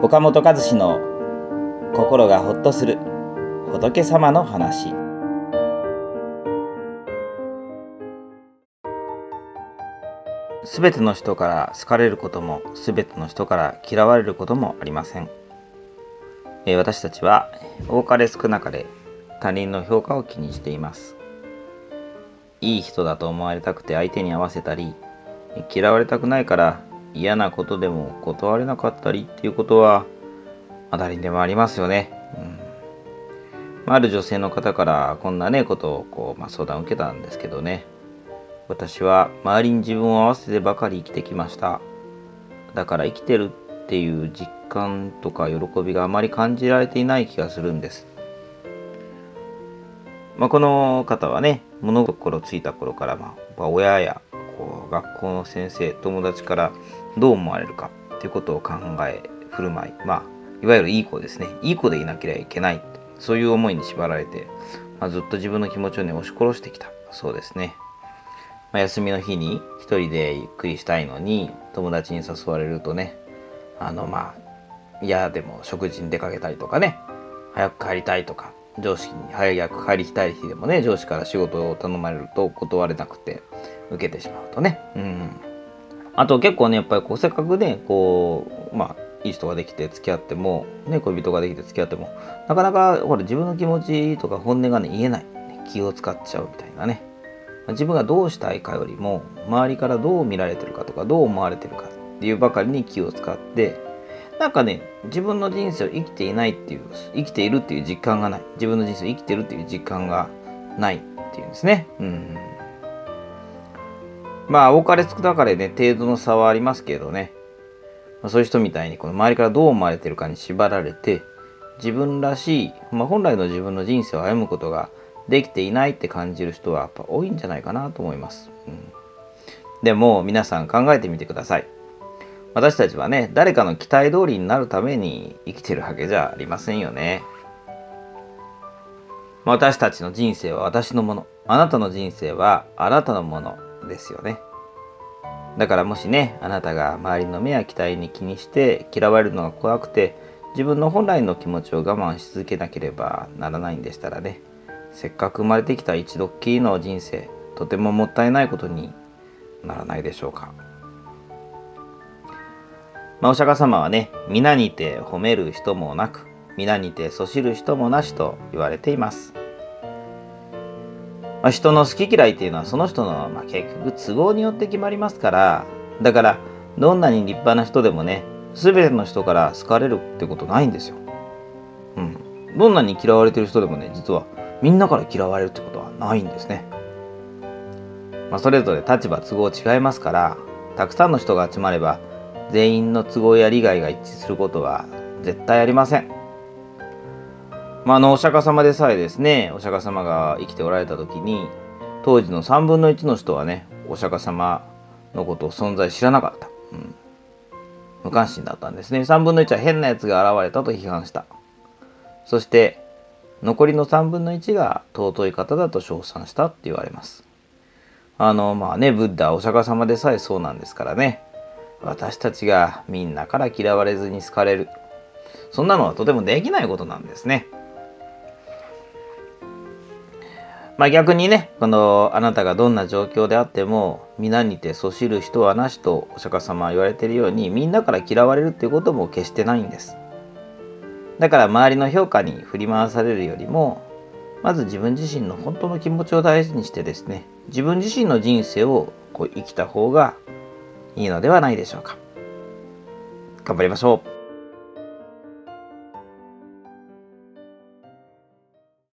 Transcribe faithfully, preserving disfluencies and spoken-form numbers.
岡本和志の心がほっとする仏様の話。すべての人から好かれることも、すべての人から嫌われることもありません。えー、私たちは多かれ少なかれ他人の評価を気にしています。いい人だと思われたくて相手に合わせたり、嫌われたくないから嫌なことでも断れなかったりっていうことは誰にでもありますよね。うん、ある女性の方からこんなねことをこう、まあ、相談を受けたんですけどね。私は周りに自分を合わせてばかり生きてきました。だから生きてるっていう実感とか喜びがあまり感じられていない気がするんです。まあ、この方はね、物心ついた頃から、まあ、親やこう学校の先生、友達からどう思われるかっていうことを考え、振る舞い、まあ、いわゆるいい子ですね。いい子でいなければいけない。そういう思いに縛られて、まあ、ずっと自分の気持ちをね、押し殺してきた。そうですね。まあ、休みの日に一人でゆっくりしたいのに、友達に誘われるとね、あの、まあ、嫌でも食事に出かけたりとかね、早く帰りたいとか、上司に早く帰りたい日でもね、上司から仕事を頼まれると断れなくて受けてしまうとね。うん。あと結構ね、やっぱりこうせっかくね、こう、まあ、いい人ができて付き合っても、ね、恋人ができて付き合っても、なかなかほら自分の気持ちとか本音がね、言えない。気を使っちゃうみたいなね。自分がどうしたいかよりも、周りからどう見られてるかとか、どう思われてるかっていうばかりに気を使って、なんかね、自分の人生を生きていないっていう、生きているっていう実感がない。自分の人生を生きているっていう実感がないっていうんですね。うん。まあ、多かれ少なかれね、程度の差はありますけどね。そういう人みたいに、この周りからどう思われてるかに縛られて、自分らしい、まあ、本来の自分の人生を歩むことができていないって感じる人はやっぱ多いんじゃないかなと思います。うん、でも、皆さん考えてみてください。私たちはね、誰かの期待通りになるために生きてるわけじゃありませんよね。私たちの人生は私のもの。あなたの人生はあなたのものですよね。だからもしね、あなたが周りの目や期待に気にして嫌われるのが怖くて、自分の本来の気持ちを我慢し続けなければならないんでしたらね、せっかく生まれてきた一度っきりの人生、とてももったいないことにならないでしょうか。まあ、お釈迦様はね、皆にて褒める人もなく、皆にてそしる人もなしと言われています。まあ、人の好き嫌いっていうのはその人の、まあ、結局都合によって決まりますから、だからどんなに立派な人でもね、すべての人から好かれるってことないんですよ。うん。どんなに嫌われてる人でもね、実はみんなから嫌われるってことはないんですね。まあ、それぞれ立場都合違いますから、たくさんの人が集まれば全員の都合や利害が一致することは絶対ありません。まあ、あのお釈迦様でさえですね、お釈迦様が生きておられた時に、当時のさんぶんのいちの人はね、お釈迦様のことを存在知らなかった。うん、無関心だったんですね。さんぶんのいちは変なやつが現れたと批判した。そして残りのさんぶんのいちが尊い方だと称賛したって言われます。あのまあね、ブッダ、お釈迦様でさえそうなんですからね。私たちがみんなから嫌われずに好かれる、そんなのはとてもできないことなんですね。まあ逆にね、このあなたがどんな状況であっても皆にてそしる人はなしとお釈迦様は言われているように、みんなから嫌われるっていうことも決してないんです。だから周りの評価に振り回されるよりも、まず自分自身の本当の気持ちを大事にしてですね、自分自身の人生をこう生きた方がいいのではないでしょうか。頑張りましょう。